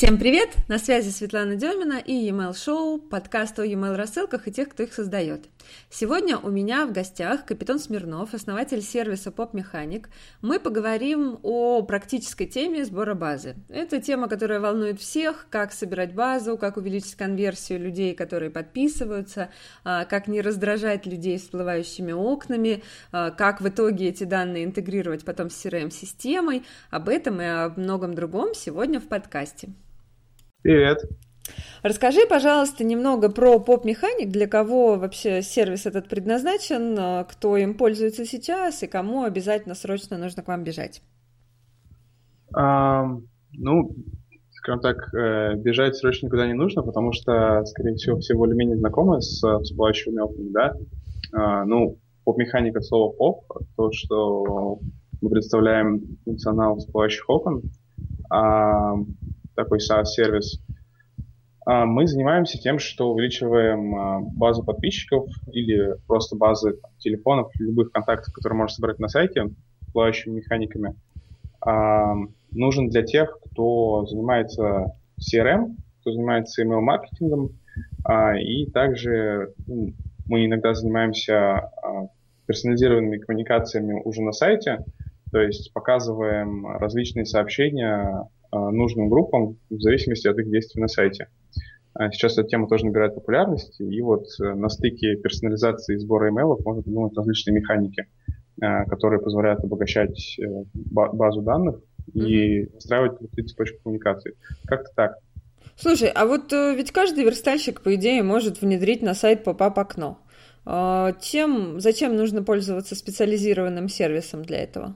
Всем привет! На связи Светлана Демина и e-mail шоу, подкаст о e-mail рассылках и тех, кто их создает. Сегодня у меня в гостях Капитон Смирнов, основатель сервиса PopMechanic. Мы поговорим о практической теме сбора базы. Это тема, которая волнует всех: как собирать базу, как увеличить конверсию людей, которые подписываются, как не раздражать людей всплывающими окнами, как в итоге эти данные интегрировать потом с CRM-системой. Об этом и о многом другом сегодня в подкасте. Привет. Расскажи, пожалуйста, немного про PopMechanic, для кого вообще сервис этот предназначен, кто им пользуется сейчас и кому обязательно срочно нужно к вам бежать. Скажем так, бежать срочно никуда не нужно, потому что, скорее всего, все более-менее знакомы с всплывающими окнами, да? PopMechanic от слова pop, то, что мы представляем функционал всплывающих окон, такой SaaS-сервис. Мы занимаемся тем, что увеличиваем базу подписчиков или просто базы телефонов, любых контактов, которые можно собрать на сайте всплывающими механиками. Нужен для тех, кто занимается CRM, кто занимается email-маркетингом, и также мы иногда занимаемся персонализированными коммуникациями уже на сайте, то есть показываем различные сообщения нужным группам в зависимости от их действий на сайте. Сейчас эта тема тоже набирает популярность, и вот на стыке персонализации и сбора имейлов можно придумать различные механики, которые позволяют обогащать базу данных и устраивать крутые цепочки коммуникаций. Как-то так. Слушай, а вот ведь каждый верстальщик, по идее, может внедрить на сайт поп-ап-окно. Зачем нужно пользоваться специализированным сервисом для этого?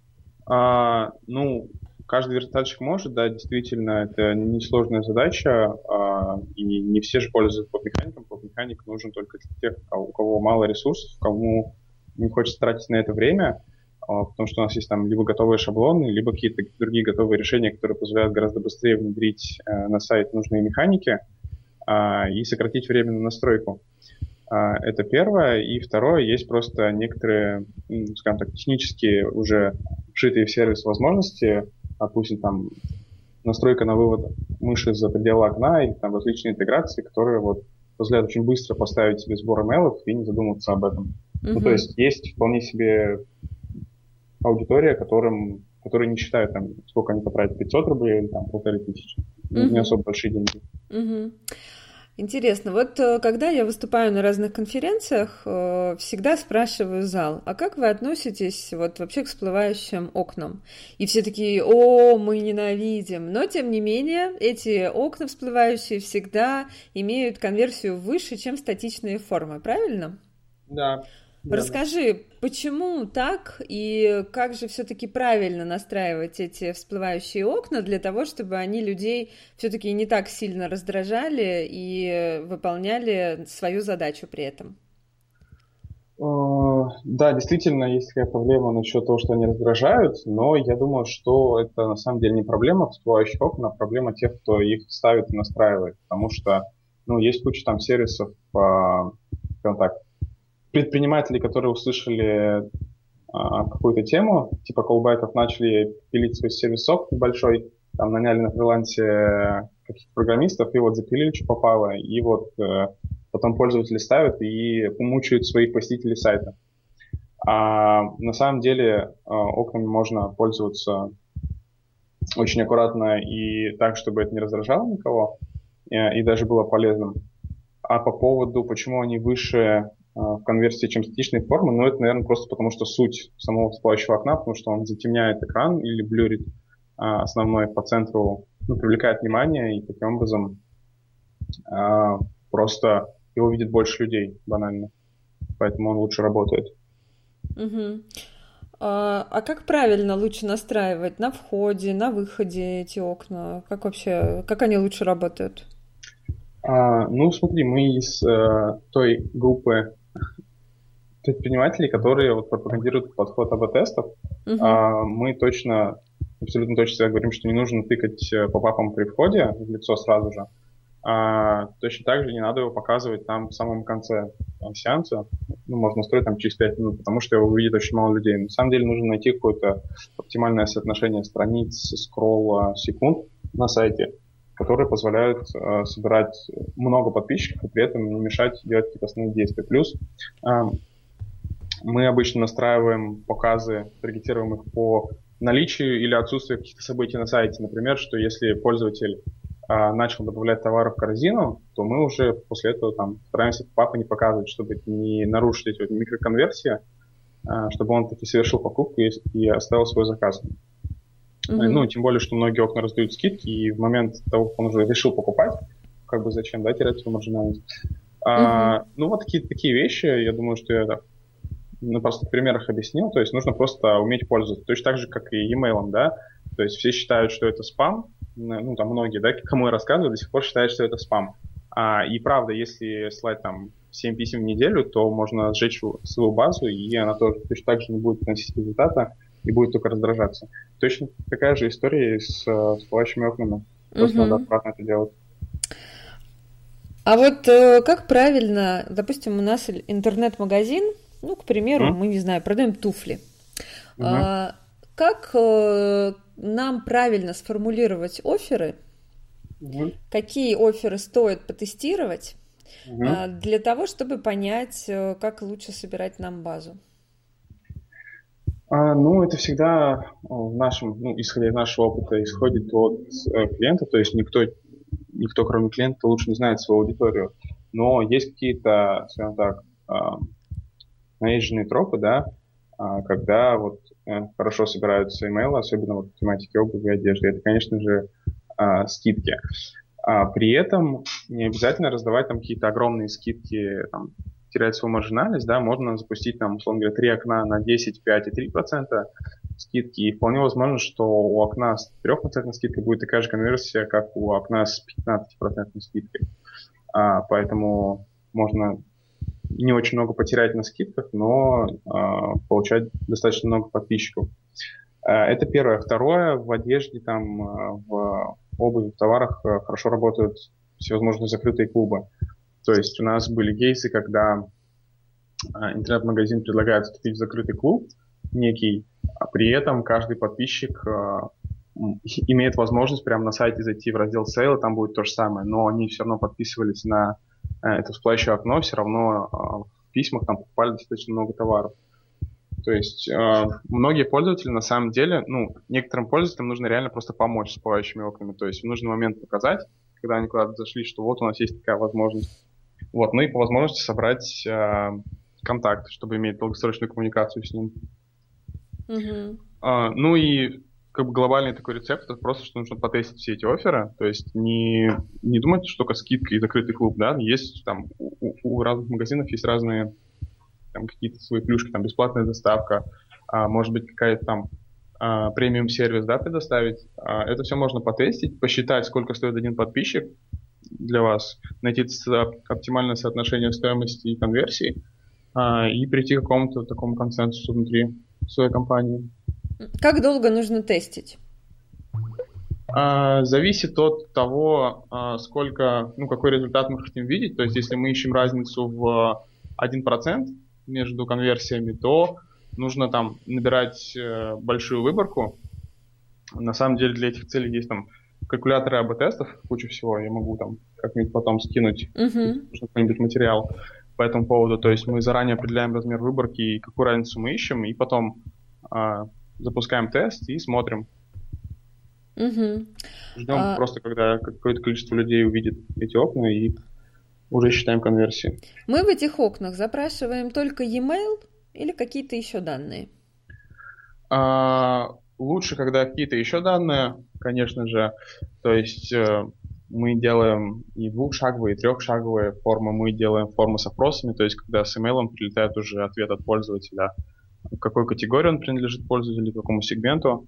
Каждый верстальщик может, да, действительно, это несложная задача, и не все же пользуются PopMechanic. PopMechanic нужен только для тех, у кого мало ресурсов, кому не хочется тратить на это время, потому что у нас есть там либо готовые шаблоны, либо какие-то другие готовые решения, которые позволяют гораздо быстрее внедрить на сайт нужные механики и сократить время на настройку. Это первое. И второе, есть просто некоторые, скажем так, технические уже вшитые в сервис возможности, допустим, там настройка на вывод мыши за пределы окна или там различные интеграции, которые вот позволяют очень быстро поставить себе сбор имейлов и не задумываться об этом. То есть есть вполне себе аудитория, которые не считают, там, сколько они потратят, 500 рублей или там 1500. Не особо большие деньги. Интересно, вот когда я выступаю на разных конференциях, всегда спрашиваю зал: а как вы относитесь вот вообще к всплывающим окнам? И все такие: мы ненавидим. Но, тем не менее, эти окна всплывающие всегда имеют конверсию выше, чем статичные формы, правильно? Да. Расскажи, почему так и как же все-таки правильно настраивать эти всплывающие окна для того, чтобы они людей все-таки не так сильно раздражали и выполняли свою задачу при этом? Да, действительно, есть такая проблема насчет того, что они раздражают, но я думаю, что это на самом деле не проблема всплывающих окон, а проблема тех, кто их ставит и настраивает, потому что есть куча там сервисов, скажем так, предприниматели, которые услышали какую-то тему, типа колбеков, начали пилить свой сервисок небольшой, там наняли на фрилансе каких-то программистов, и вот запилили, что попало, и вот потом пользователи ставят и мучают своих посетителей сайта. На самом деле окнами можно пользоваться очень аккуратно и так, чтобы это не раздражало никого, и даже было полезным. А по поводу, почему они выше в конверсии, чем статичные формы, это, наверное, просто потому, что суть самого всплывающего окна, потому что он затемняет экран или блюрит основной по центру, привлекает внимание, и таким образом просто его видит больше людей, банально. Поэтому он лучше работает. А как правильно лучше настраивать на входе, на выходе эти окна? Как они лучше работают? Смотри, мы из той группы предпринимателей, которые вот пропагандируют подход АБ-тестов, мы абсолютно точно говорим, что не нужно тыкать попапом при входе в лицо сразу же. Точно так же не надо его показывать там в самом конце сеанса. Можно настроить там через 5 минут, потому что его увидит очень мало людей. На самом деле нужно найти какое-то оптимальное соотношение страниц, скролла, секунд на сайте, которые позволяют собирать много подписчиков и при этом не мешать делать какие-то основные действия. Плюс мы обычно настраиваем показы, таргетируем их по наличию или отсутствию каких-то событий на сайте. Например, что если пользователь начал добавлять товары в корзину, то мы уже после этого там стараемся папа не показывать, чтобы не нарушить эти вот микроконверсии, чтобы он таки совершил покупку и оставил свой заказ. Ну, тем более, что многие окна раздают скидки, и в момент того, как он уже решил покупать, как бы зачем, да, терять свою маржинальность. Ну, вот такие вещи, я думаю, что я на простых примерах объяснил, то есть нужно просто уметь пользоваться. Точно так же, как и e-mail, да, то есть все считают, что это спам, ну, там многие, да, кому я рассказываю, до сих пор считают, что это спам. И правда, если слать там 7 писем в неделю, то можно сжечь свою базу, и она тоже точно так же не будет приносить результата и будет только раздражаться. Точно такая же история с всплывающими окнами. Просто надо аккуратно это делать. А вот как правильно, допустим, у нас интернет-магазин, ну, к примеру, мы, не знаю, продаем туфли. Как нам правильно сформулировать офферы? Какие офферы стоит потестировать для того, чтобы понять, как лучше собирать нам базу? Ну, это всегда в нашем, ну, исходя из нашего опыта, исходит от клиента, то есть никто, кроме клиента, лучше не знает свою аудиторию. Но есть какие-то, скажем так, наезженные тропы, да, когда вот хорошо собираются имейлы, особенно вот в тематике обуви и одежды. Это, конечно же, скидки. При этом не обязательно раздавать там какие-то огромные скидки, там, терять свою маржинальность, да, можно запустить там, условно говоря, 3 окна на 10, 5 и 3% скидки, и вполне возможно, что у окна с 3% скидкой будет такая же конверсия, как у окна с 15% скидкой. Поэтому можно не очень много потерять на скидках, но получать достаточно много подписчиков. Это первое. Второе, в одежде, там, в обуви, в товарах хорошо работают всевозможные закрытые клубы. То есть у нас были кейсы, когда интернет-магазин предлагает вступить в закрытый клуб некий, а при этом каждый подписчик имеет возможность прямо на сайте зайти в раздел сейла, там будет то же самое, но они все равно подписывались на это всплывающее окно, все равно в письмах там покупали достаточно много товаров. То есть многие пользователи на самом деле, ну, некоторым пользователям нужно реально просто помочь с всплывающими окнами, то есть в нужный момент показать, когда они куда-то зашли, что вот у нас есть такая возможность. Вот, ну и по возможности собрать контакт, чтобы иметь долгосрочную коммуникацию с ним. Ну и как бы глобальный такой рецепт, это просто, что нужно потестить все эти офферы, то есть не думать, что только скидка и закрытый клуб, да, есть там у разных магазинов есть разные там какие-то свои плюшки, там бесплатная доставка, может быть какая-то там премиум-сервис, да, предоставить. Это все можно потестить, посчитать, сколько стоит один подписчик для вас, найти оптимальное соотношение стоимости и конверсии и прийти к какому-то такому консенсусу внутри своей компании. Как долго нужно тестить? Зависит от того, какой результат мы хотим видеть. То есть, если мы ищем разницу в 1% между конверсиями, то нужно там набирать большую выборку. На самом деле для этих целей есть там калькуляторы АБ-тестов, куча всего. Я могу там как-нибудь потом скинуть какой-нибудь материал по этому поводу. То есть мы заранее определяем размер выборки и какую разницу мы ищем, и потом запускаем тест и смотрим. Ждем просто, когда какое-то количество людей увидит эти окна, и уже считаем конверсии. Мы в этих окнах запрашиваем только e-mail или какие-то еще данные? Лучше, когда какие-то еще данные, конечно же. То есть мы делаем и двухшаговые, и трехшаговые формы. Мы делаем формы с опросами, то есть когда с email прилетает уже ответ от пользователя, в какой категории он принадлежит пользователю, к какому сегменту.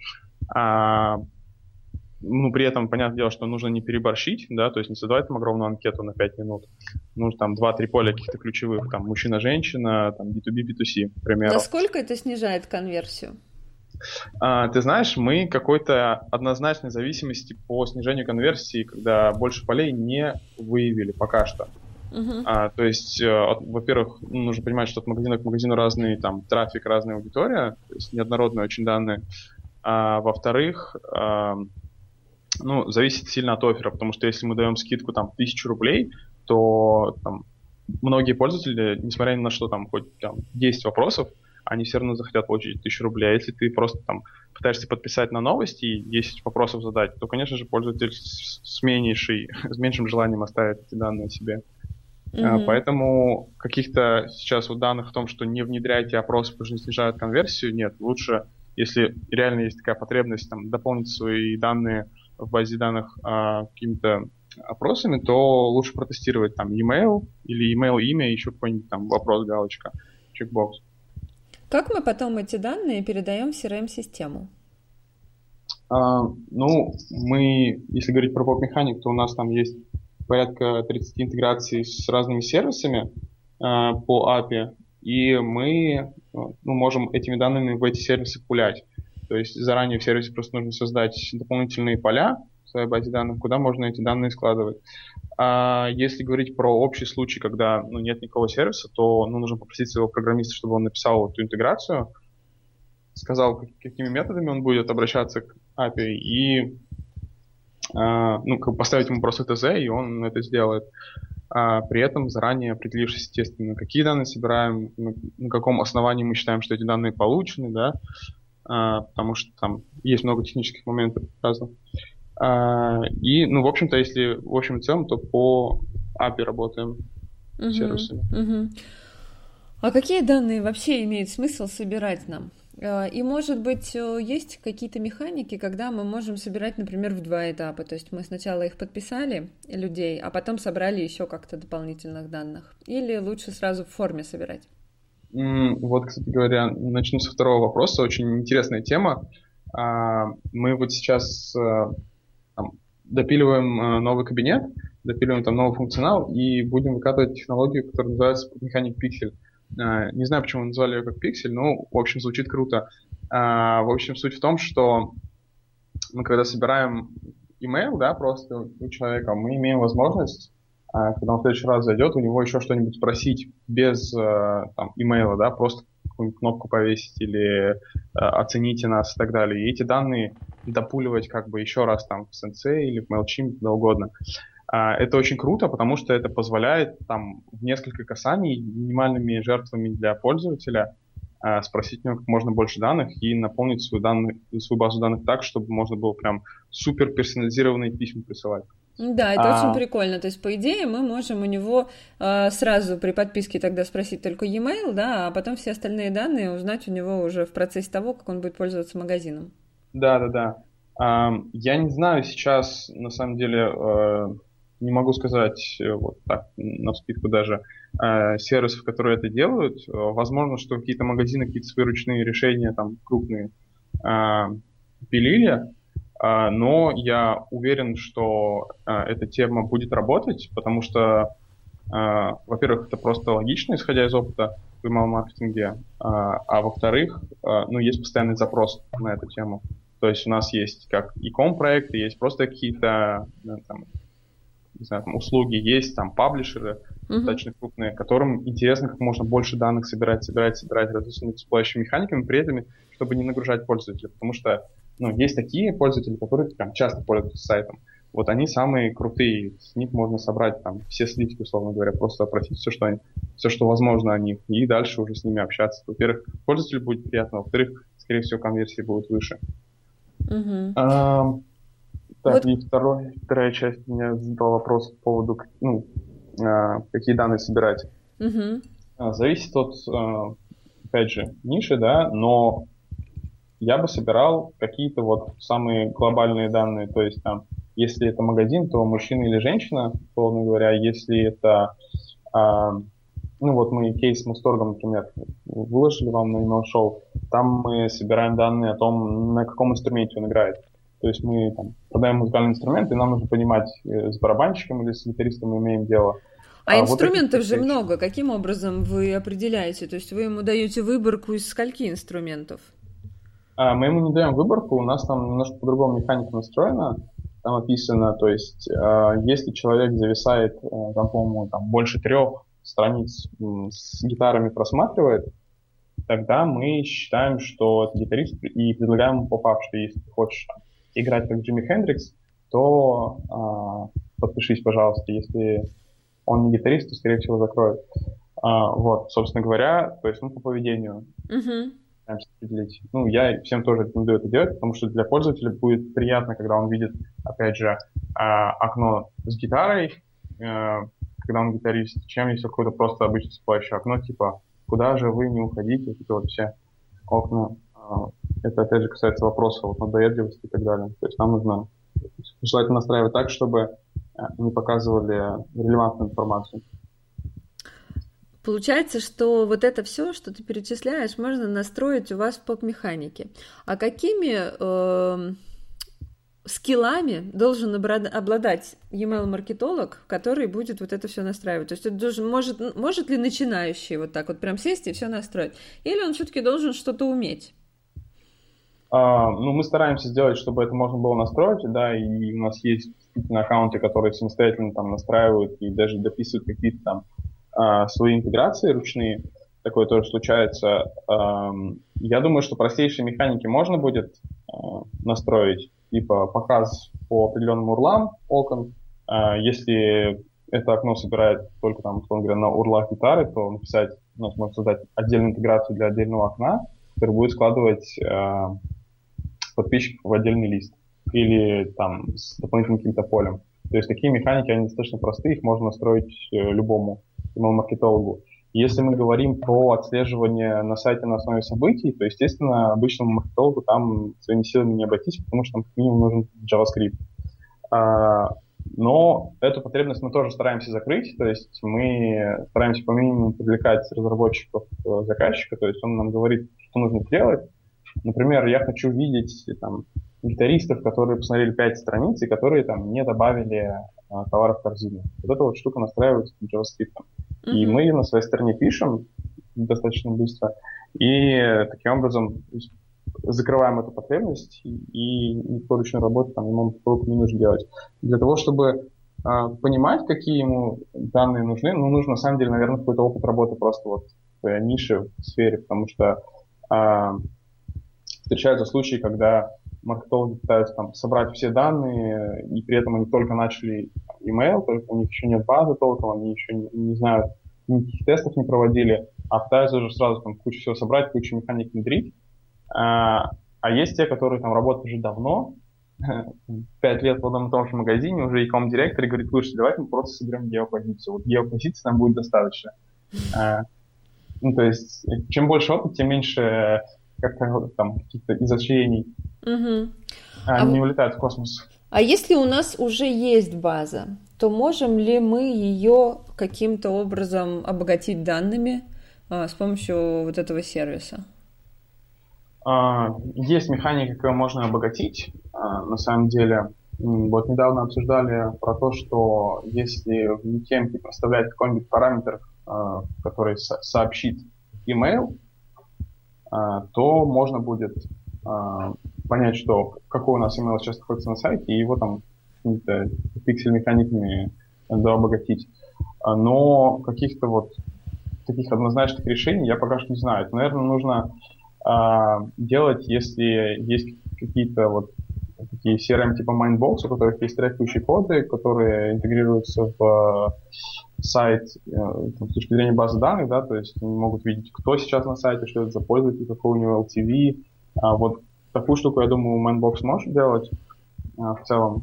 Ну, при этом, понятное дело, что нужно не переборщить, да, то есть не создавать там огромную анкету на 5 минут. Нужно там 2-3 поля каких-то ключевых, там мужчина-женщина, там B2B, B2C, к примеру. Насколько это снижает конверсию? Ты знаешь, мы какой-то однозначной зависимости по снижению конверсии, когда больше полей не выявили пока что. То есть, во-первых, нужно понимать, что от магазина к магазину разный там трафик, разная аудитория, то есть неоднородные очень данные. Во-вторых, ну, зависит сильно от оффера, потому что если мы даем скидку там 1000 рублей, то там многие пользователи, несмотря ни на что, там хоть там 10 вопросов, они все равно захотят получить 1000 рублей. А если ты просто там пытаешься подписать на новости и 10 вопросов задать, то, конечно же, пользователь с меньшим желанием оставит эти данные себе. Поэтому каких-то сейчас вот данных о том, что не внедряйте опросы, потому что снижают конверсию, нет. Лучше, если реально есть такая потребность, там, дополнить свои данные в базе данных какими-то опросами, то лучше протестировать там e-mail или email имя, еще какой-нибудь там вопрос, галочка, чекбокс. Как мы потом эти данные передаем в CRM-систему? Ну, мы, если говорить про Pop Mechanic, то у нас там есть порядка 30 интеграций с разными сервисами по API, и мы можем этими данными в эти сервисы пулять. То есть заранее в сервисе просто нужно создать дополнительные поля в своей базе данных, куда можно эти данные складывать. А если говорить про общий случай, когда нет никакого сервиса, то нужно попросить своего программиста, чтобы он написал эту интеграцию, сказал, какими методами он будет обращаться к API, и поставить ему просто ТЗ, и он это сделает. При этом заранее определившись, естественно, какие данные собираем, на каком основании мы считаем, что эти данные получены, да, потому что там есть много технических моментов разных. И, в общем-то, если в общем и целом, то по API работаем с сервисами. А какие данные вообще имеет смысл собирать нам? И, может быть, есть какие-то механики, когда мы можем собирать, например, в 2 этапа. То есть мы сначала их подписали, людей, а потом собрали еще как-то дополнительных данных. Или лучше сразу в форме собирать? Вот, кстати говоря, начну со второго вопроса. Очень интересная тема. Мы вот сейчас допиливаем новый кабинет, допиливаем там новый функционал и будем выкатывать технологию, которая называется Mechanic Pixel. Не знаю, почему назвали ее как Pixel, но, в общем, звучит круто. В общем, суть в том, что мы, когда собираем email, да, просто у человека, мы имеем возможность, когда он в следующий раз зайдет, у него еще что-нибудь спросить без имейла, да, просто какую-нибудь кнопку повесить или оцените нас и так далее. И эти данные допуливать как бы еще раз там в Sensei или в MailChimp, куда угодно. Это очень круто, потому что это позволяет там в несколько касаний минимальными жертвами для пользователя спросить у него как можно больше данных и наполнить свою базу данных так, чтобы можно было прям супер персонализированные письма присылать. Да, это очень прикольно. То есть, по идее, мы можем у него сразу при подписке тогда спросить только e-mail, да, а потом все остальные данные узнать у него уже в процессе того, как он будет пользоваться магазином. Да. Я не знаю сейчас, на самом деле, не могу сказать вот так, навскидку даже, сервисов, которые это делают. Возможно, что какие-то магазины, какие-то свои ручные решения там крупные пилили, но я уверен, что эта тема будет работать, потому что, во-первых, это просто логично, исходя из опыта в email-маркетинге, а во-вторых, есть постоянный запрос на эту тему. То есть у нас есть как e-com проекты, есть просто какие-то услуги, есть там паблишеры достаточно крупные, которым интересно как можно больше данных собирать различными всплывающими механиками, при этом, чтобы не нагружать пользователя, потому что есть такие пользователи, которые прям часто пользуются сайтом. Вот они самые крутые, с них можно собрать там все слитки, условно говоря, просто опросить все, что возможно о них, и дальше уже с ними общаться. Во-первых, пользователю будет приятно, во-вторых, скорее всего, конверсии будут выше. Так, и вторая часть меня задала вопрос по поводу, какие данные собирать. Зависит от, опять же, ниши, да, но я бы собирал какие-то вот самые глобальные данные, то есть там, если это магазин, то мужчина или женщина, условно говоря, если это, вот мы кейс с Мусторгом, например, выложили вам на email show, там мы собираем данные о том, на каком инструменте он играет. То есть мы там продаем музыкальный инструмент, и нам нужно понимать, с барабанщиком или с гитаристом мы имеем дело. А инструментов же много. Каким образом вы определяете? То есть вы ему даете выборку из скольки инструментов? Мы ему не даем выборку, у нас там немножко по-другому механика настроена. Там описано, то есть если человек зависает, там, по-моему, больше 3 страниц с гитарами просматривает, тогда мы считаем, что это гитарист, и предлагаем ему поп-ап, что если ты хочешь играть как Джимми Хендрикс, то подпишись, пожалуйста. Если он не гитарист, то, скорее всего, закроет. Вот, собственно говоря, то есть, по поведению пытаемся определить. Я всем тоже рекомендую это делать, потому что для пользователя будет приятно, когда он видит, опять же, окно с гитарой, когда он гитарист, чем если какое-то просто обычное всплывающее окно, типа, куда же вы не уходите, это вот все окна. Это, опять же, касается вопроса надоедливости и так далее. То есть нам нужно желательно настраивать так, чтобы не показывали релевантную информацию. Получается, что вот это все, что ты перечисляешь, можно настроить у вас в поп-механике. А какими скиллами должен обладать email-маркетолог, который будет вот это все настраивать? То есть он должен, может ли начинающий вот так вот прям сесть и все настроить? Или он все-таки должен что-то уметь? Мы стараемся сделать, чтобы это можно было настроить, да, и у нас есть действительно аккаунты, которые самостоятельно там настраивают и даже дописывают какие-то там свои интеграции ручные. Такое тоже случается. Я думаю, что простейшие механики можно будет настроить, типа показ по определенным урлам окон. Если это окно собирает только там, условно говоря, на урлах гитары, то написать, у нас можно создать отдельную интеграцию для отдельного окна, который будет складывать подписчиков в отдельный лист или там с дополнительным каким-то полем. То есть такие механики, они достаточно простые, их можно настроить любому маркетологу. Если мы говорим про отслеживание на сайте на основе событий, то, естественно, обычному маркетологу там своими силами не обойтись, потому что там как минимум нужен JavaScript. Но эту потребность мы тоже стараемся закрыть, то есть мы стараемся по минимуму привлекать разработчиков заказчика, то есть он нам говорит, что нужно делать. Например, я хочу видеть там гитаристов, которые посмотрели 5 страниц и которые там не добавили товара в корзину. Вот эта вот штука настраивается JavaScript. И мы на своей стороне пишем достаточно быстро, и таким образом закрываем эту потребность, и никакой ручной работы там ему не нужно делать. Для того, чтобы понимать, какие ему данные нужны, нужно на самом деле, наверное, какой-то опыт работы просто вот в нише, в сфере, потому что встречаются случаи, когда маркетологи пытаются там собрать все данные, и при этом они только начали email, только у них еще нет базы толком, они еще не знают, никаких тестов не проводили, а пытаются уже сразу там кучу всего собрать, кучу механик внедрить. А есть те, которые там работают уже давно, 5 лет в одном и том же магазине, уже e-com директор и говорит, слушайте, давайте мы просто соберем геопозицию. Вот геопозиции нам будет достаточно. То есть, чем больше опыт, тем меньше там каких-то изощрений. Они не улетают в космос. А если у нас уже есть база, то можем ли мы ее каким-то образом обогатить данными с помощью вот этого сервиса? Есть механика, как ее можно обогатить. На самом деле, вот недавно обсуждали про то, что если в UTM проставлять какой-нибудь параметр, который сообщит email, то можно будет понять, что какой у нас email сейчас находится на сайте, и его там какими-то пиксель-механиками обогатить. Но каких-то вот таких однозначных решений я пока что не знаю. Это, наверное, нужно делать, если есть какие-то вот такие CRM типа Mindbox, у которых есть трекающие коды, которые интегрируются в сайт с точки зрения базы данных, да, то есть они могут видеть, кто сейчас на сайте, что это за пользователь, какой у него LTV. Вот такую штуку, я думаю, Mindbox может делать в целом.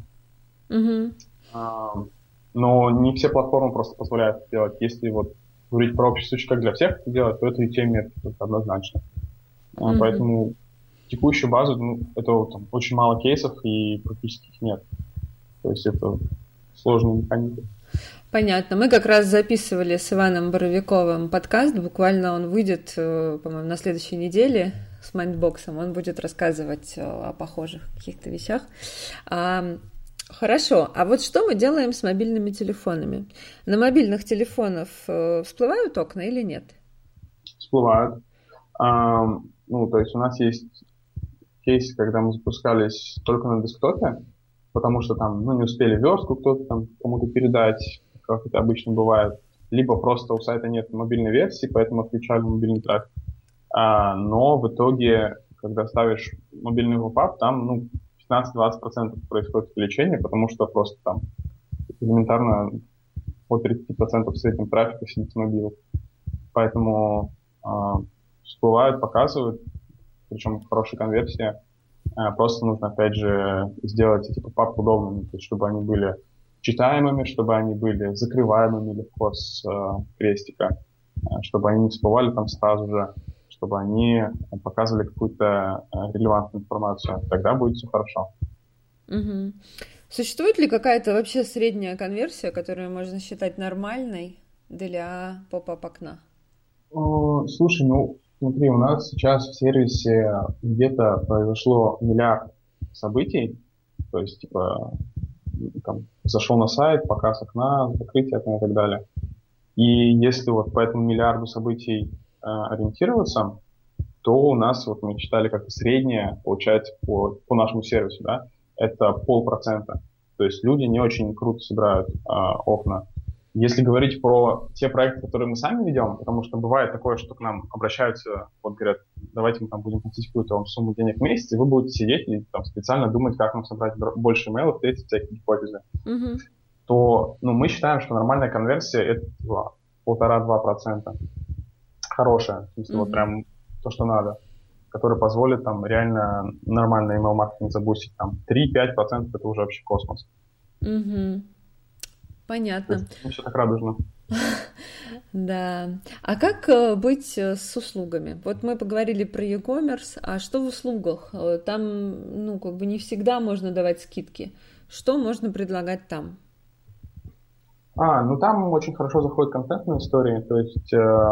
Но не все платформы просто позволяют это делать. Если вот говорить про общий случай, как для всех это делать, то это и UTM однозначно. Поэтому текущую базу, это там, очень мало кейсов и практически их нет. То есть это сложная механика. Понятно. Мы как раз записывали с Иваном Боровиковым подкаст, буквально он выйдет, по-моему, на следующей неделе с Mindbox, он будет рассказывать о похожих каких-то вещах. Хорошо, а вот что мы делаем с мобильными телефонами? На мобильных телефонах всплывают окна или нет? Всплывают. То есть у нас есть кейсы, когда мы запускались только на десктопе, потому что там, не успели верстку кто-то там кому-то передать, как это обычно бывает, либо просто у сайта нет мобильной версии, поэтому отключали мобильный трафик. Но в итоге, когда ставишь мобильный поп-ап, там, 15-20% происходит увеличение, потому что просто там элементарно по 30% в среднем трафика сидит в мобилах. Поэтому всплывают, показывают, причем хорошая конверсия. Просто нужно, опять же, сделать эти поп-ап удобными, то есть, чтобы они были читаемыми, чтобы они были закрываемыми легко с крестика, чтобы они не всплывали там сразу же, чтобы они показывали какую-то релевантную информацию. Тогда будет все хорошо. Угу. Существует ли какая-то вообще средняя конверсия, которую можно считать нормальной для поп-ап окна? Слушай, ну смотри, у нас сейчас в сервисе где-то произошло миллиард событий, то есть типа там, зашел на сайт, показ окна, закрытие окна и так далее. И если вот по этому миллиарду событий ориентироваться, то у нас, вот мы считали как среднее, получается, по нашему сервису, да, это 0,5%. То есть люди не очень круто собирают окна. Если говорить про те проекты, которые мы сами ведем, потому что бывает такое, что к нам обращаются, вот говорят, давайте мы там будем платить какую-то вам сумму денег в месяц, и вы будете сидеть и там специально думать, как нам собрать больше имейлов, тестить всякие гипотезы, то мы считаем, что нормальная конверсия это 1,5-2%. Хорошая, в смысле, вот прям то, что надо, который позволит там реально нормально email-маркетинг забустить. Там 3-5% это уже вообще космос. Понятно. Все так радужно. Да. А как быть с услугами? Вот мы поговорили про e-commerce, а что в услугах? Там, как бы не всегда можно давать скидки. Что можно предлагать там? Там очень хорошо заходят контентные истории, то есть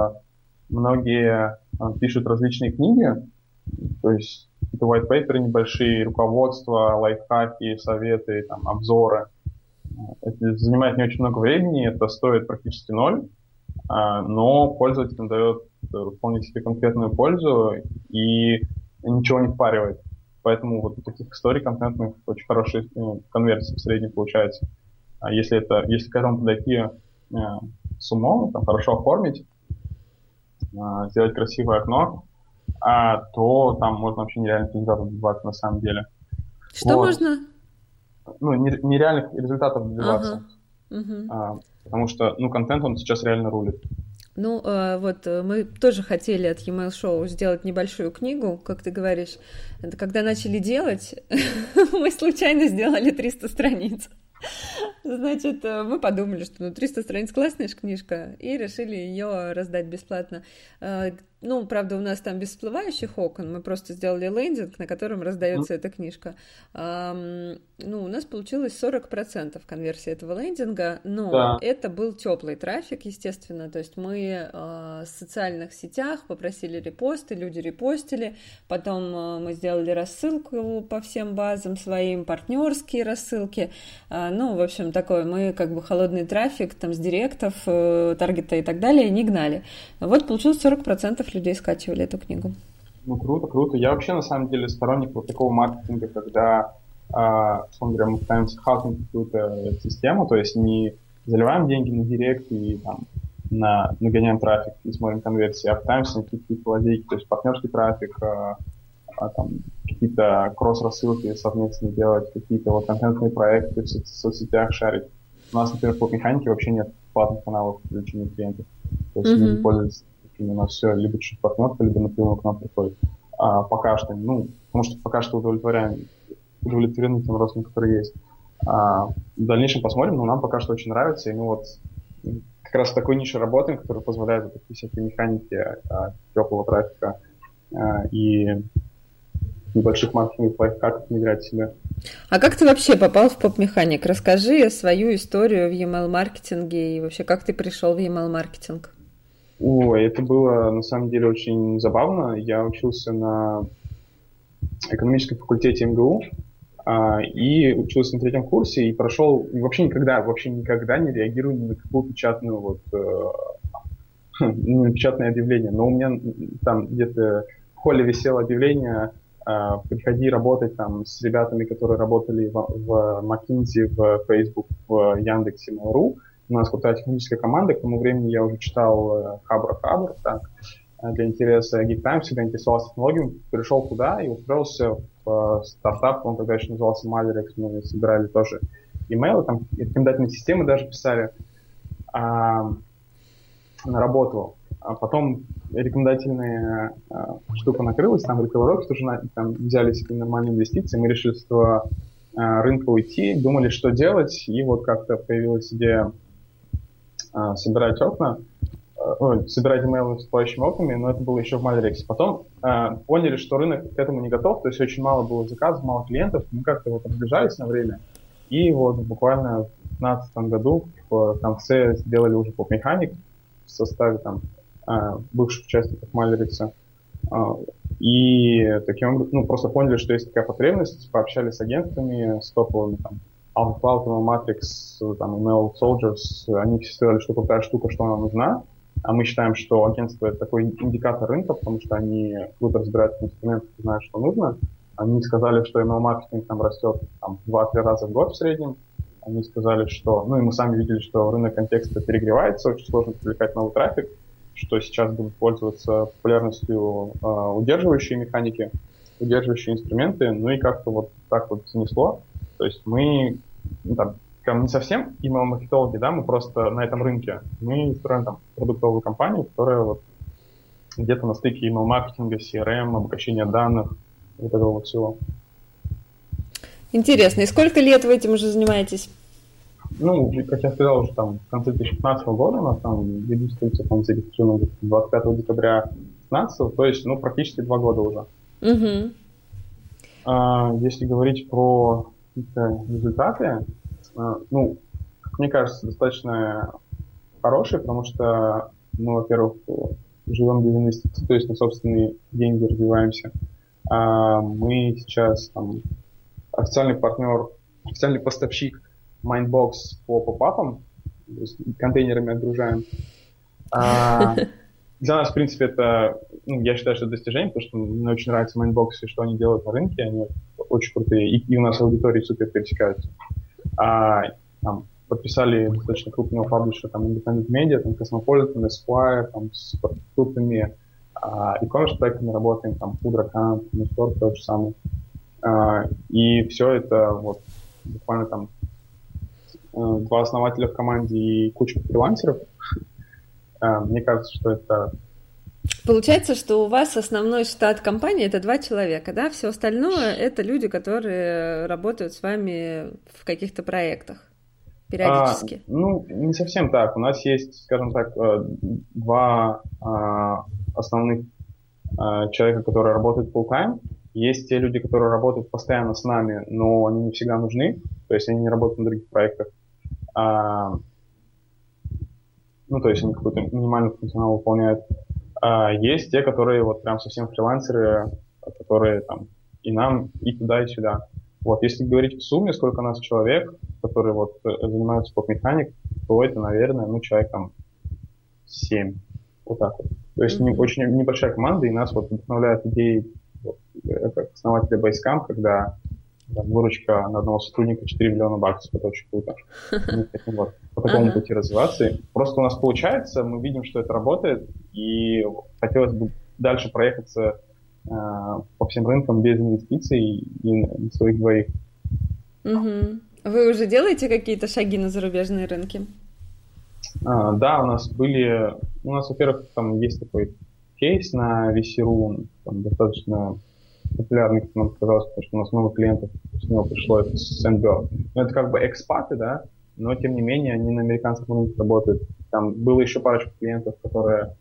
многие пишут различные книги, то есть это white paper небольшие, руководства, лайфхаки, советы, там, обзоры. Это занимает не очень много времени, это стоит практически 0, но пользователям дает вполне себе конкретную пользу и ничего не впаривает. Поэтому вот у таких историй контентных очень хорошая конверсия в среднем получается. Если к этому подойти с умом, там, хорошо оформить, сделать красивое окно, то там можно вообще нереальных результатов добиваться на самом деле. Что можно? Нереальных результатов добиваться. Потому что, контент, он сейчас реально рулит. Мы тоже хотели от e-mail Show сделать небольшую книгу, как ты говоришь. Это когда начали делать, мы случайно сделали 300 страниц. Значит, мы подумали, что 300 страниц классная же книжка, и решили ее раздать бесплатно. Правда, у нас там без всплывающих окон, мы просто сделали лендинг, на котором раздается эта книжка. У нас получилось 40% конверсии этого лендинга, но это был теплый трафик, естественно, то есть мы в социальных сетях попросили репосты, люди репостили, потом мы сделали рассылку по всем базам своим, партнерские рассылки, в общем, такой, мы как бы холодный трафик там с директов, таргета и так далее не гнали. Вот получилось 40% людей скачивали эту книгу. Круто. Я вообще, на самом деле, сторонник вот такого маркетинга, когда, условно говоря, мы пытаемся хакнуть какую-то систему, то есть не заливаем деньги на директ и там нагоняем трафик и смотрим конверсии, а пытаемся найти какие-то лазейки, то есть партнерский трафик, там, какие-то кросс-рассылки совместно делать, какие-то вот контентные проекты в соцсетях шарить. У нас, например, по механике вообще нет платных каналов привлечения клиентов. То есть люди пользуются, у нас все либо чуть партнерка, либо напрямую к нам приходит. Пока что, потому что пока что удовлетворены тем ростом, который есть. В дальнейшем посмотрим, но нам пока что очень нравится, и мы вот как раз в такой нише работаем, которая позволяет вот такие всякие механики теплого трафика и небольших маркетинговых лайфхаков внедрять в себя. А как ты вообще попал в поп-механик? Расскажи свою историю в e-mail-маркетинге и вообще как ты пришел в e-mail-маркетинг? Это было на самом деле очень забавно. Я учился на экономическом факультете МГУ и учился на 3-м курсе и прошел, и вообще никогда не реагирую ни на какую печатную печатное объявление. Но у меня там где-то в холле висело объявление: приходи работать там с ребятами, которые работали в McKinsey, в Facebook, в Яндексе, Mail.ru. У нас крутая техническая команда. К тому времени я уже читал Хабр, для интереса Geek Times, всегда интересовался технологиями, перешел туда и устроился стартап, он тогда еще назывался Mavericks, мы собирали тоже имейлы, там рекомендательные системы даже писали на работу. А потом рекомендательная штука накрылась, там ритейл-роки тоже там взяли себе нормальные инвестиции, мы решили с этого рынка уйти, думали, что делать, и вот как-то появилась идея собирать окна, собирать имейлы с всплывающими окнами, но это было еще в Mavericks. Потом поняли, что рынок к этому не готов, то есть очень мало было заказов, мало клиентов, мы как-то вот разбежались на время, и вот буквально в 2015 году в конце сделали уже поп-механик в составе там бывших участников Mavericks. И таким образом, просто поняли, что есть такая потребность, пообщались с агентствами, с топовыми, там, Alpha Cloud, Matrix, там, Email Soldiers, они все сказали, что крутая штука, что она нужна, а мы считаем, что агентство — это такой индикатор рынка, потому что они круто разбираются в инструментах и знают, что нужно. Они сказали, что email-маркетинг там растет там, 2-3 раза в год в среднем. Они сказали, что, и мы сами видели, что рынок контекста перегревается, очень сложно привлекать новый трафик, что сейчас будут пользоваться популярностью удерживающие механики, удерживающие инструменты, и как-то вот так вот занесло. То есть мы не совсем email-маркетологи, да, мы просто на этом рынке. Мы строим там продуктовую компанию, которая вот где-то на стыке email-маркетинга, CRM, обогащения данных, вот этого вот всего. Интересно. И сколько лет вы этим уже занимаетесь? Как я сказал, уже там в конце 2015 года у нас там регистрируется там зарегистрировано 25 декабря 2015, то есть, практически 2 года уже. Угу. Если говорить про какие-то результаты, мне кажется, достаточно хорошие, потому что мы, во-первых, живем без инвестиций, то есть на собственные деньги развиваемся. Мы сейчас там официальный партнер, официальный поставщик Mindbox по попапам, то есть контейнерами отгружаем. Для нас, в принципе, это, я считаю, что это достижение, потому что мне очень нравится Mindbox и что они делают на рынке, они очень крутые, и у нас аудитории супер пересекаются. Там, подписали достаточно крупного паблишера, там, Independent Media, там, Cosmopolitan, Esquire, там, с крупными e-commerce проектами работаем, там, Food.com, Newstor, тот же самый. И все это вот буквально там 2 основателя в команде и куча фрилансеров. Мне кажется, что это... Получается, что у вас основной штат компании — это 2 человека, да? Все остальное — это люди, которые работают с вами в каких-то проектах периодически. Не совсем так. У нас есть, скажем так, 2 основных человека, которые работают full-time. Есть те люди, которые работают постоянно с нами, но они не всегда нужны, то есть они не работают на других проектах. То есть они какой-то минимальный функционал выполняют. Есть те, которые вот прям совсем фрилансеры, которые там и нам, и туда, и сюда. Вот, если говорить в сумме, сколько у нас человек, которые вот занимаются поп-механик, то это, наверное, человек там 7. Вот так вот. То есть очень небольшая команда, и нас вот вдохновляют идеи как основателя Basecamp, когда выручка на одного сотрудника $4 миллиона, это очень круто. Мы хотим вот по такому пути развиваться. Просто у нас получается, мы видим, что это работает, и хотелось бы дальше проехаться по всем рынкам без инвестиций и на своих двоих. Вы уже делаете какие-то шаги на зарубежные рынки? Да, у нас, во-первых, там есть такой кейс на VC.ru, там достаточно популярный, как нам показалось, потому что у нас много клиентов с него пришло, это Sendbird. Это как бы экспаты, да, но тем не менее они на американском рынке работают. Там было еще парочку клиентов, которые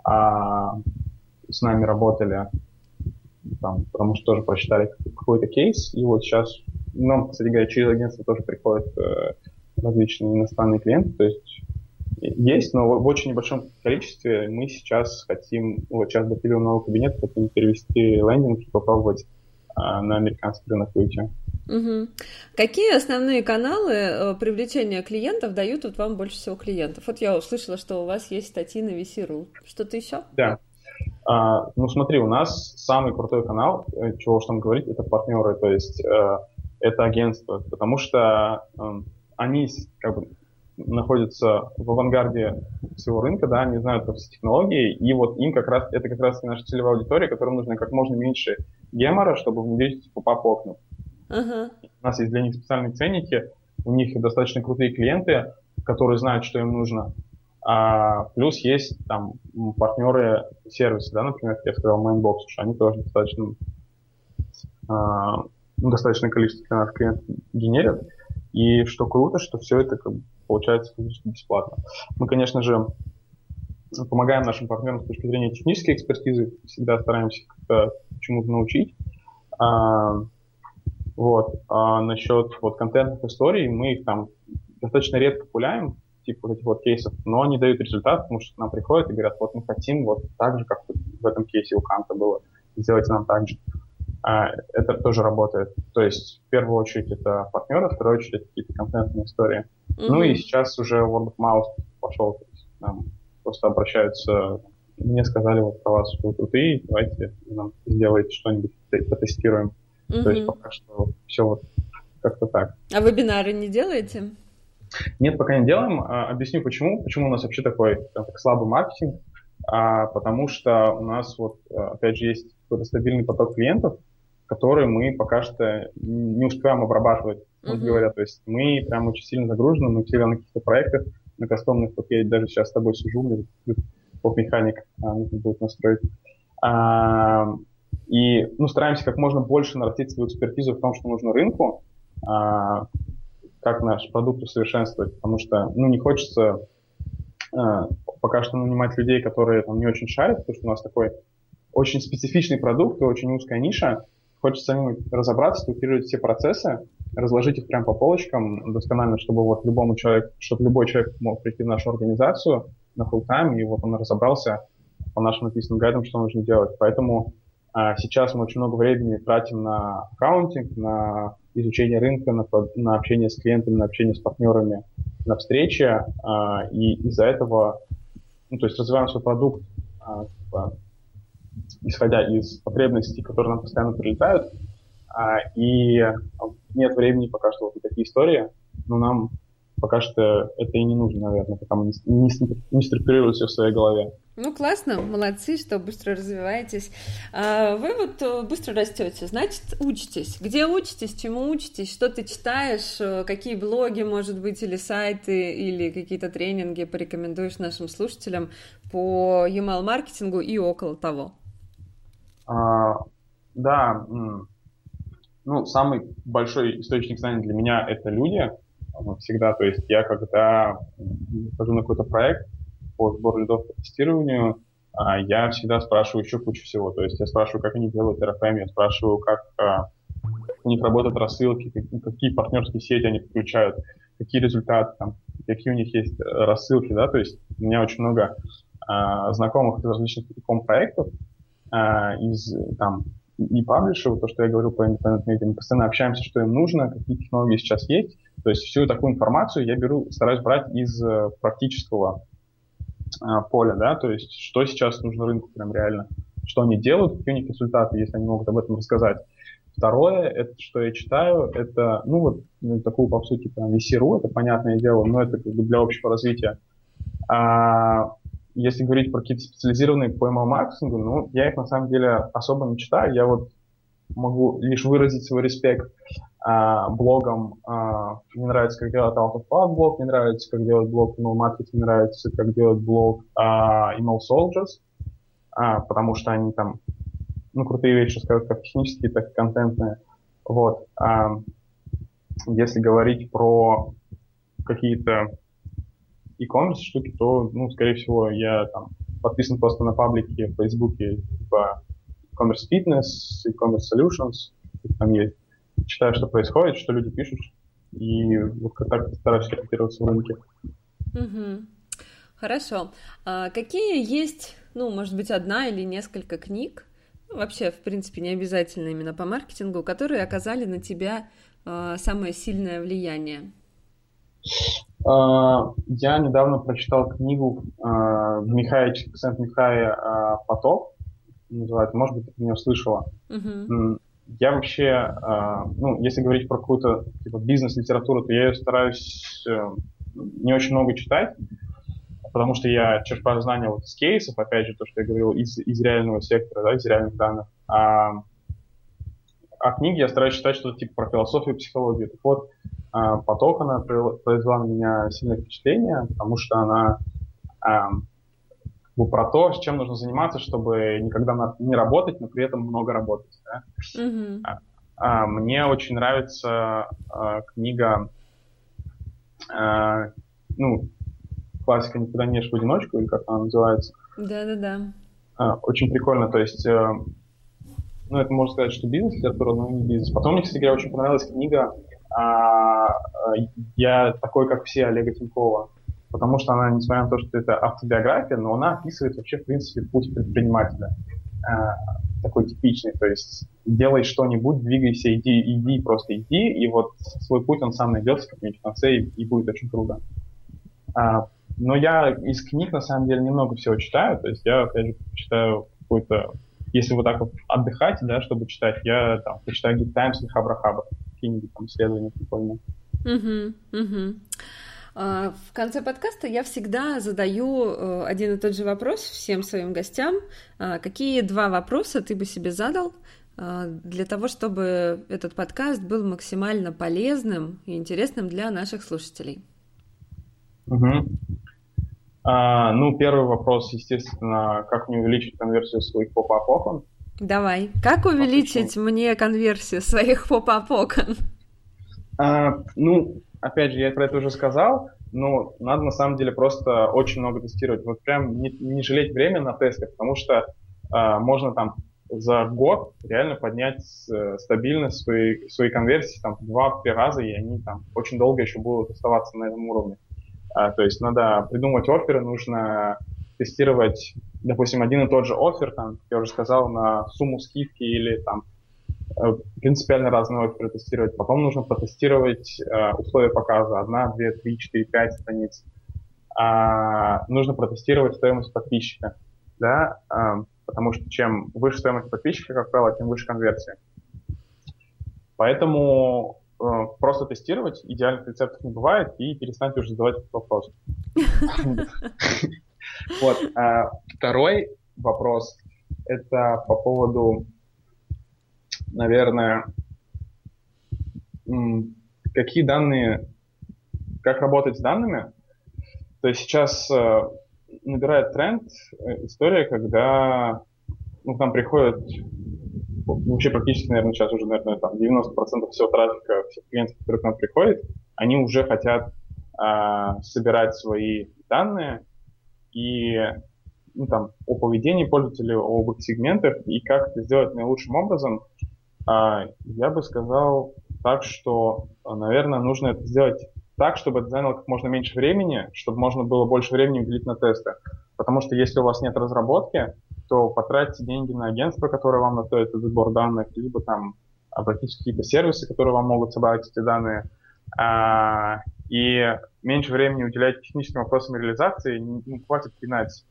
с нами работали, там, потому что тоже прочитали какой-то кейс, и вот сейчас нам, кстати говоря, через агентство тоже приходят различные иностранные клиенты, то есть, но в очень небольшом количестве. Мы сейчас хотим, сейчас допиливаем новый кабинет, хотим перевести лендинг и попробовать на американский рынок выйти. Какие основные каналы привлечения клиентов дают вам больше всего клиентов? Вот я услышала, что у вас есть статьи на VC.ru. Что-то еще? Да. Смотри, у нас самый крутой канал, чего уж там говорить, это партнеры, то есть это агентство, потому что они как бы находятся в авангарде всего рынка, да, они знают про все технологии, и вот им это как раз наша целевая аудитория, которым нужно как можно меньше гемора, чтобы внедрить поп-ап окна. Ага. У нас есть для них специальные ценники, у них достаточно крутые клиенты, которые знают, что им нужно. Плюс есть там партнеры сервиса, да, например, как я сказал, Mainbox, что они тоже достаточное количество для наших клиентов генерят. И что круто, что все это получается бесплатно. Мы, конечно же, помогаем нашим партнерам с точки зрения технической экспертизы, всегда стараемся как-то чему-то научить. Насчет контентных историй, мы их там достаточно редко пуляем, типа вот этих вот кейсов, но они дают результат, потому что к нам приходят и говорят, вот мы хотим вот так же, как в этом кейсе у Канта было, сделайте нам так же. Это тоже работает. То есть, в первую очередь, это партнеры, в вторую очередь, какие-то контентные истории. Mm-hmm. Ну и сейчас уже word of mouth пошел. То есть, нам просто обращаются, мне сказали вот про вас, что вы крутые, давайте нам сделайте что-нибудь, потестируем. Mm-hmm. То есть, пока что все вот как-то так. А вебинары не делаете? Нет, пока не делаем. Объясню, почему. Почему у нас вообще такой слабый маркетинг. Потому что у нас опять же, есть какой-то стабильный поток клиентов, которые мы пока что не успеваем обрабатывать, говоря. То есть мы прям очень сильно загружены, мы сильно на каких-то проектах, на кастомных, вот я даже сейчас с тобой сижу, мне поп-механик нужно будет настроить. И стараемся как можно больше нарастить свою экспертизу в том, что нужно рынку, как наш продукт усовершенствовать, потому что не хочется пока что нанимать людей, которые там не очень шарят, потому что у нас такой очень специфичный продукт и очень узкая ниша. Хочется самим разобраться, структурировать все процессы, разложить их прямо по полочкам досконально, чтобы любой человек мог прийти в нашу организацию на full time, и он разобрался по нашим написанным гайдам, что нужно делать. Поэтому сейчас мы очень много времени тратим на аккаунтинг, на изучение рынка, на общение с клиентами, на общение с партнерами, на встречи, и из-за этого, то есть развиваем свой продукт, исходя из потребностей, которые нам постоянно прилетают, и нет времени пока что вот такие истории, но нам пока что это и не нужно, наверное, пока мы не структурируем все в своей голове. Классно, молодцы, что быстро развиваетесь. Вы быстро растете, значит, учитесь. Где учитесь, чему учитесь, что ты читаешь, какие блоги, может быть, или сайты, или какие-то тренинги порекомендуешь нашим слушателям по email-маркетингу и около того? Да, самый большой источник знаний для меня — это люди всегда. То есть я, когда хожу на какой-то проект по сбору лидов по тестированию, я всегда спрашиваю еще кучу всего. То есть я спрашиваю, как они делают RFM, я спрашиваю, как у них работают рассылки, какие партнерские сети они подключают, какие результаты, какие у них есть рассылки, да. То есть у меня очень много знакомых из различных проектов, из и паблишеров, то, что я говорю по independent media, мы постоянно общаемся, что им нужно, какие технологии сейчас есть. То есть всю такую информацию я стараюсь брать из практического поля, да, то есть что сейчас нужно рынку прям реально, что они делают, какие у них результаты, если они могут об этом рассказать. Второе, это что я читаю, это, такую попсу типа VC.ru, это понятное дело, но это для общего развития. Если говорить про какие-то специализированные по email-маркетингу, я их на самом деле особо не читаю. Я могу лишь выразить свой респект блогам. Мне нравится, как делать Out of Cloud блог, мне нравится, как делать блог Email Marketing, мне нравится, как делать блог Email Soldiers, потому что они там крутые вещи рассказывают как технические, так и контентные. Если говорить про какие-то e-commerce штуки, то, скорее всего, я подписан просто на паблики в Фейсбуке, типа e-commerce fitness, e-commerce solutions, там есть. Читаю, что происходит, что люди пишут, и так стараюсь ориентироваться в рынке. Угу. Хорошо. Какие есть, может быть, одна или несколько книг, вообще, в принципе, не обязательно именно по маркетингу, которые оказали на тебя самое сильное влияние? Я недавно прочитал книгу Сент-Михая «Поток», называется, может быть, ты про нее слышала. Я вообще, если говорить про какую-то бизнес-литературу, то я ее стараюсь не очень много читать, потому что я черпаю знания из кейсов, опять же, то, что я говорил, из реального сектора, да, из реальных данных. А книги я стараюсь читать что-то типа про философию и психологию. Так вот, «Поток», она произвела на меня сильное впечатление, потому что она про то, с чем нужно заниматься, чтобы никогда не работать, но при этом много работать. Да? Мне очень нравится книга, классика «Никогда не ешь в одиночку», или как она называется. Да. Очень прикольно, то есть, это можно сказать, что бизнес-литература, но не бизнес. Потом мне, кстати говоря, очень понравилась книга «Я такой, как все» Олега Тинькова, потому что она, несмотря на то, что это автобиография, но она описывает вообще, в принципе, путь предпринимателя. Такой типичный, то есть делай что-нибудь, двигайся, иди, просто иди, и вот свой путь он сам найдется как-нибудь в конце, и будет очень круто. Но я из книг, на самом деле, немного всего читаю, то есть я, опять же, читаю какой-то, если вот так вот отдыхать, да, чтобы читать, я там почитаю Geek Times или Хабра-Хабр, какие-нибудь там исследования прикольные. В конце подкаста я всегда задаю один и тот же вопрос всем своим гостям. Какие 2 вопроса ты бы себе задал для того, чтобы этот подкаст был максимально полезным и интересным для наших слушателей? Первый вопрос, естественно, как мне увеличить конверсию своих поп-ап окон? Давай. Как увеличить мне конверсию своих поп-ап окон? Опять же, я про это уже сказал, но надо на самом деле просто очень много тестировать. Вот прям не жалеть время на тесты, потому что можно там за год реально поднять стабильно свои конверсии там, в 2-3 раза, и они там очень долго еще будут оставаться на этом уровне. То есть надо придумать офферы, нужно тестировать, допустим, один и тот же оффер, там, как я уже сказал, на сумму скидки или там принципиально разные офферы тестировать. Потом нужно протестировать условия показа. 1, 2, 3, 4, 5 страниц. Нужно протестировать стоимость подписчика. Да? Потому что чем выше стоимость подписчика, как правило, тем выше конверсия. Поэтому просто тестировать, идеальных рецептов не бывает, и перестаньте уже задавать этот вопрос. Второй вопрос – это по поводу, наверное, какие данные, как работать с данными. То есть сейчас набирает тренд история, когда к нам приходят, вообще практически, наверное, сейчас уже, наверное, там 90% всего трафика, всех клиентов, которые к нам приходят, они уже хотят собирать свои данные и о поведении пользователей, об их сегментах, и как это сделать наилучшим образом. Я бы сказал так, что, наверное, нужно это сделать так, чтобы это заняло как можно меньше времени, чтобы можно было больше времени уделить на тесты. Потому что если у вас нет разработки, то потратьте деньги на агентство, которое вам настроит этот сбор данных, либо там обратитесь в какие-то сервисы, которые вам могут собрать эти данные. И меньше времени уделяйте техническим вопросам реализации, не хватит пинать.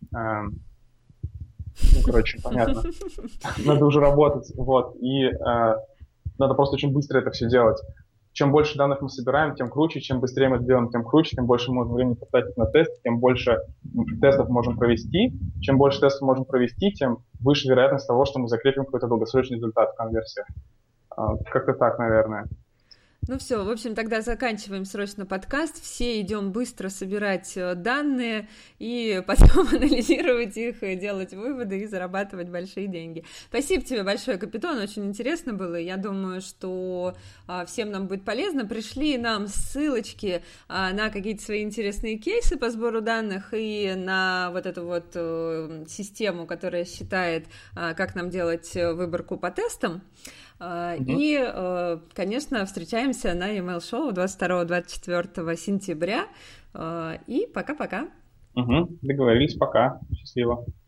Понятно. Надо уже работать, и надо просто очень быстро это все делать. Чем больше данных мы собираем, тем круче, чем быстрее мы это делаем, тем круче, тем больше мы можем времени потратить на тест, тем больше тестов можем провести. Чем больше тестов можем провести, тем выше вероятность того, что мы закрепим какой-то долгосрочный результат в конверсиях. Как-то так, наверное. Ну все, в общем, тогда заканчиваем срочно подкаст, все идем быстро собирать данные и потом анализировать их, делать выводы и зарабатывать большие деньги. Спасибо тебе большое, Капитон, очень интересно было, я думаю, что всем нам будет полезно. Пришли нам ссылочки на какие-то свои интересные кейсы по сбору данных и на вот эту вот систему, которая считает, как нам делать выборку по тестам. И, конечно, встречаемся на e-mail шоу 22-24 сентября. И пока-пока. Договорились, пока. Счастливо.